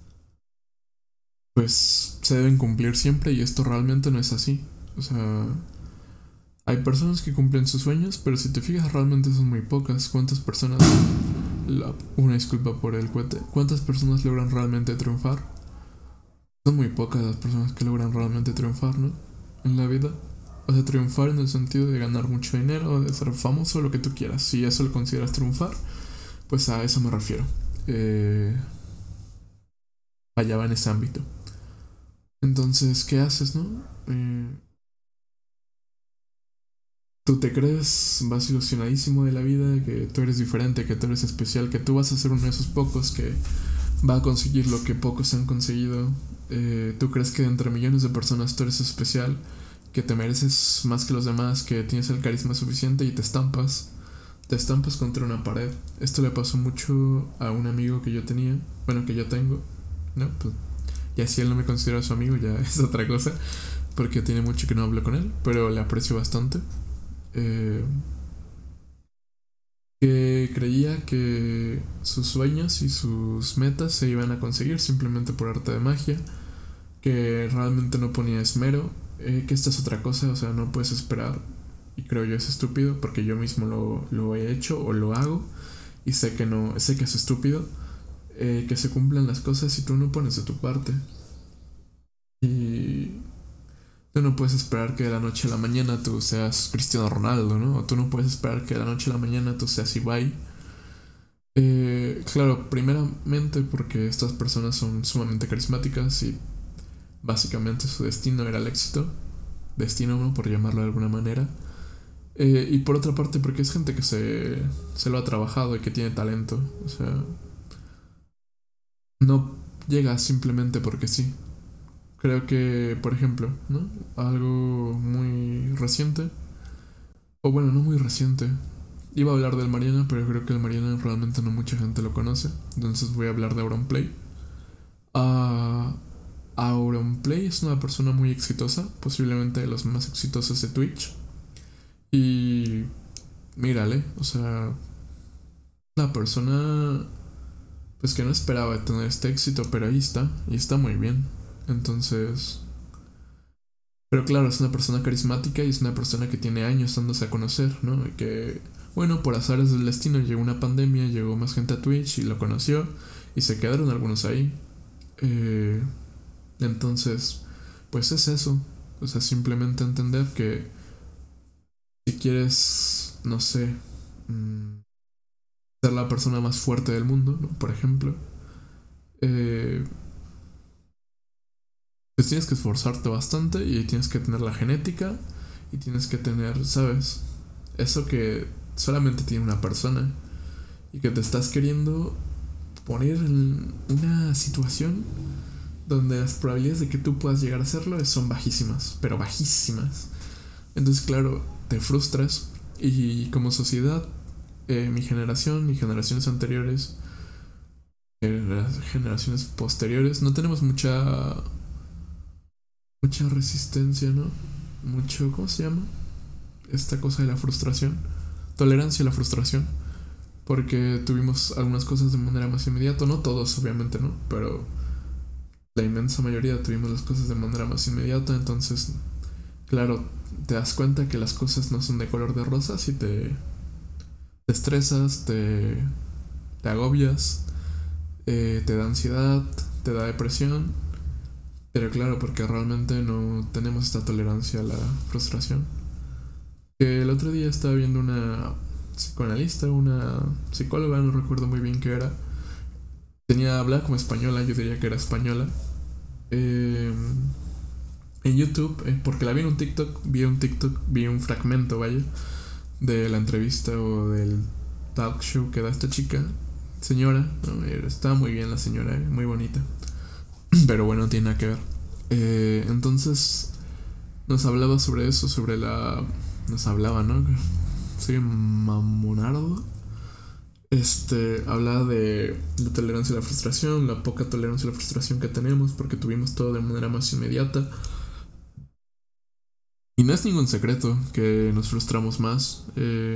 pues se deben cumplir siempre y esto realmente no es así. O sea, hay personas que cumplen sus sueños, pero si te fijas realmente son muy pocas. ¿Cuántas personas... una disculpa por el cohete. ¿Cuántas personas logran realmente triunfar? Son muy pocas las personas que logran realmente triunfar, ¿no? En la vida. O sea, triunfar en el sentido de ganar mucho dinero, de ser famoso, lo que tú quieras. Si eso lo consideras triunfar, pues a eso me refiero. Allá va en ese ámbito. Entonces, ¿qué haces, no? Tú te crees, vas ilusionadísimo de la vida, que tú eres diferente, que tú eres especial, que tú vas a ser uno de esos pocos que va a conseguir lo que pocos han conseguido. Tú crees que entre millones de personas tú eres especial, que te mereces más que los demás, que tienes el carisma suficiente y te estampas. Te estampas contra una pared. Esto le pasó mucho a un amigo que yo tenía, bueno, que yo tengo, ¿no? Pues, y si él no me considera su amigo, ya es otra cosa, porque tiene mucho que no hablo con él, pero le aprecio bastante. Eh, que creía que sus sueños y sus metas se iban a conseguir simplemente por arte de magia, que realmente no ponía esmero, que esta es otra cosa, o sea, no puedes esperar, y creo yo es estúpido, porque yo mismo lo he hecho o lo hago, y sé que no, sé que es estúpido, que se cumplan las cosas si tú no pones de tu parte. Y tú no puedes esperar que de la noche a la mañana tú seas Cristiano Ronaldo, ¿no? O tú no puedes esperar que de la noche a la mañana tú seas Ibai. Claro, primeramente porque estas personas son sumamente carismáticas y básicamente su destino era el éxito. Destino, ¿no? Por llamarlo de alguna manera. Y por otra parte porque es gente que se lo ha trabajado y que tiene talento. O sea, no llega simplemente porque sí. Creo que, por ejemplo, ¿no? Algo muy reciente, o bueno, no muy reciente. Iba a hablar del Mariana, pero creo que el Mariana realmente no mucha gente lo conoce. Entonces voy a hablar de Auronplay. Uh, Auronplay es una persona muy exitosa, posiblemente de los más exitosos de Twitch. Y mírale, o sea, una persona pues que no esperaba tener este éxito, pero ahí está, y está muy bien. Entonces, pero claro, es una persona carismática y es una persona que tiene años dándose a conocer, ¿no? Y que, bueno, por azares del destino llegó una pandemia, llegó más gente a Twitch y lo conoció y se quedaron algunos ahí. Entonces, pues es eso. O sea, simplemente entender que si quieres, no sé, ser la persona más fuerte del mundo, ¿no? Por ejemplo, eh, pues tienes que esforzarte bastante y tienes que tener la genética y tienes que tener, ¿sabes? Eso que solamente tiene una persona y que te estás queriendo poner en una situación donde las probabilidades de que tú puedas llegar a hacerlo son bajísimas, pero bajísimas. Entonces, claro, te frustras y como sociedad, mi generación y generaciones anteriores, las generaciones posteriores, no tenemos mucha resistencia, ¿no? Mucho, ¿cómo se llama? Esta cosa de la frustración, tolerancia a la frustración, porque tuvimos algunas cosas de manera más inmediata, no todos obviamente, ¿no? Pero la inmensa mayoría tuvimos las cosas de manera más inmediata, entonces, claro, te das cuenta que las cosas no son de color de rosa y te estresas, te agobias, te da ansiedad, te da depresión, pero claro, porque realmente no tenemos esta tolerancia a la frustración. Que el otro día estaba viendo una psicoanalista, una psicóloga, no recuerdo muy bien qué era. Hablaba como española, yo diría que era española. Eh, en YouTube, porque la vi un fragmento, vaya, de la entrevista o del talk show que da esta chica, señora, ¿no? Estaba muy bien la señora, muy bonita, pero bueno, no tiene nada que ver. Entonces nos hablaba sobre eso, nos hablaba, ¿no? Soy mamonardo. Hablaba de la tolerancia a la frustración, la poca tolerancia a la frustración que tenemos porque tuvimos todo de manera más inmediata. Y no es ningún secreto que nos frustramos más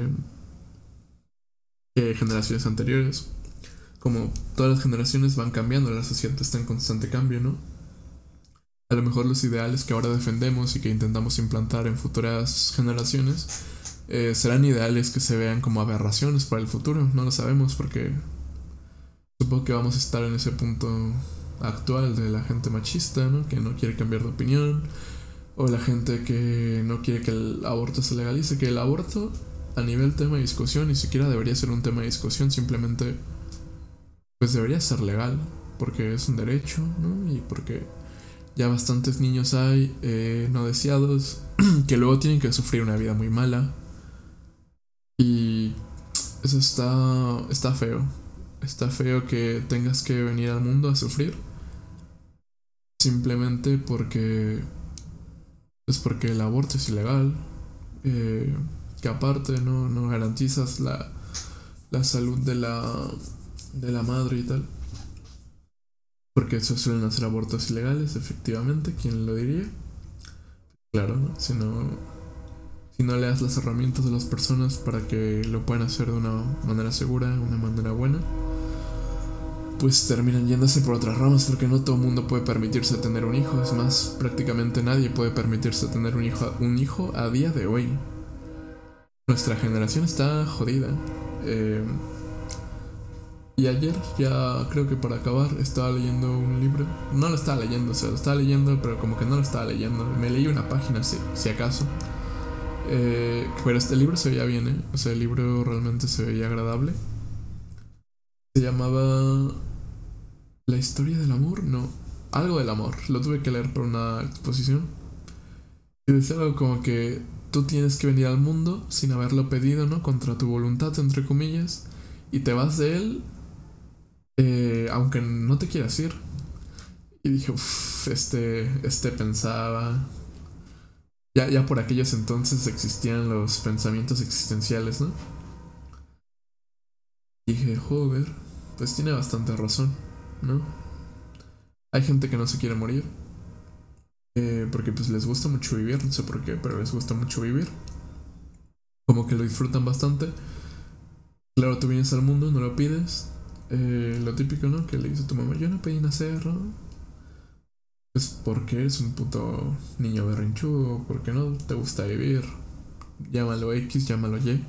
que generaciones anteriores. Como todas las generaciones van cambiando, la sociedad está en constante cambio, ¿no? A lo mejor los ideales que ahora defendemos y que intentamos implantar en futuras generaciones serán ideales que se vean como aberraciones para el futuro. No lo sabemos porque supongo que vamos a estar en ese punto actual de la gente machista, ¿no? Que no quiere cambiar de opinión, o la gente que no quiere que el aborto se legalice, que el aborto a nivel tema de discusión ni siquiera debería ser un tema de discusión, simplemente pues debería ser legal porque es un derecho, ¿no? Y porque ya bastantes niños hay no deseados que luego tienen que sufrir una vida muy mala. Y eso está feo. Está feo que tengas que venir al mundo a sufrir simplemente porque es porque el aborto es ilegal. Que aparte no garantizas la salud de la madre y tal. Porque eso suelen hacer abortos ilegales, efectivamente, ¿quién lo diría? Claro, ¿no? Si no le das las herramientas a las personas para que lo puedan hacer de una manera segura, una manera buena, pues terminan yéndose por otras ramas porque no todo el mundo puede permitirse tener un hijo. Es más, prácticamente nadie puede permitirse tener un hijo a día de hoy. Nuestra generación está jodida. Y ayer, ya creo que para acabar, estaba leyendo un libro. No lo estaba leyendo, o sea, lo estaba leyendo, pero como que no lo estaba leyendo. Me leí una página, si acaso. Pero este libro se veía bien, ¿eh? O sea, el libro realmente se veía agradable. Se llamaba La historia del amor, no, algo del amor. Lo tuve que leer por una exposición. Y decía algo como que tú tienes que venir al mundo sin haberlo pedido, ¿no? Contra tu voluntad, entre comillas. Y te vas de él, aunque no te quieras ir. Y dije, uff, pensaba. Ya por aquellos entonces existían los pensamientos existenciales, ¿no? Y dije, joder, pues tiene bastante razón, ¿no? Hay gente que no se quiere morir. Porque pues les gusta mucho vivir, no sé por qué, pero les gusta mucho vivir. Como que lo disfrutan bastante. Claro, tú vienes al mundo, no lo pides. Lo típico, ¿no? Que le dice a tu mamá, yo no pedí nacer, ¿no? Pues porque eres un puto niño berrinchudo, porque no te gusta vivir. Llámalo X, llámalo Y.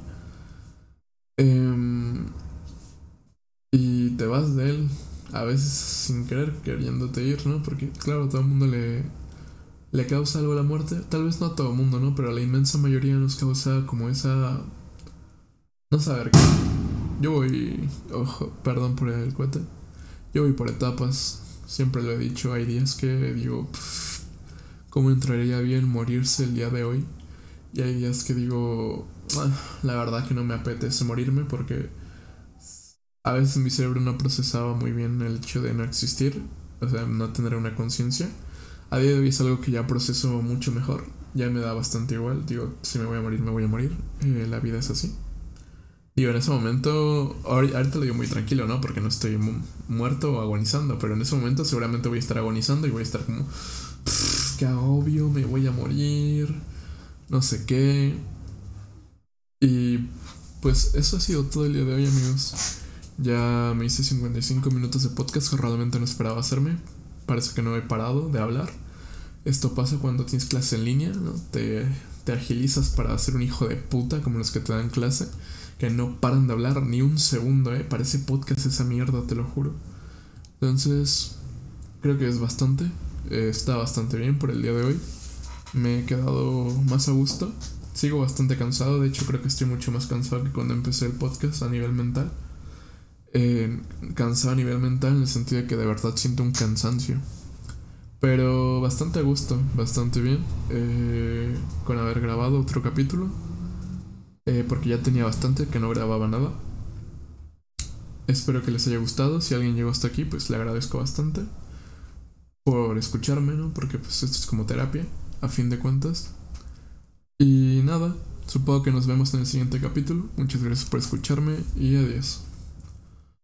Y te vas de él, a veces sin querer, queriéndote ir, ¿no? Porque claro, todo el mundo le causa algo la muerte. Tal vez no a todo el mundo, ¿no? Pero a la inmensa mayoría nos causa como esa... No saber qué. Yo voy... Ojo, perdón por el cohete. Yo voy por etapas. Siempre lo he dicho, hay días que digo... ¿Cómo entraría bien morirse el día de hoy? Y hay días que digo... La verdad que no me apetece morirme porque... A veces mi cerebro no procesaba muy bien el hecho de no existir. O sea, no tener una conciencia. A día de hoy es algo que ya proceso mucho mejor. Ya me da bastante igual. Digo, si me voy a morir, me voy a morir. La vida es así. Digo, en ese momento, ahorita lo digo muy tranquilo, ¿no? Porque no estoy muerto o agonizando, pero en ese momento seguramente voy a estar agonizando y voy a estar como, qué agobio, me voy a morir, no sé qué. Y pues eso ha sido todo el día de hoy, amigos. Ya me hice 55 minutos de podcast que realmente no esperaba hacerme. Parece que no he parado de hablar. Esto pasa cuando tienes clase en línea, ¿no? Te agilizas para ser un hijo de puta como los que te dan clase, que no paran de hablar ni un segundo, parece podcast esa mierda, te lo juro. Entonces, creo que es bastante. Está bastante bien por el día de hoy. Me he quedado más a gusto. Sigo bastante cansado, de hecho creo que estoy mucho más cansado que cuando empecé el podcast a nivel mental. Cansado a nivel mental en el sentido de que de verdad siento un cansancio. Pero bastante a gusto, bastante bien, con haber grabado otro capítulo, porque ya tenía bastante que no grababa nada. Espero que les haya gustado. Si alguien llegó hasta aquí, pues le agradezco bastante por escucharme, ¿no? Porque pues esto es como terapia, a fin de cuentas. Y nada, supongo que nos vemos en el siguiente capítulo. Muchas gracias por escucharme y adiós.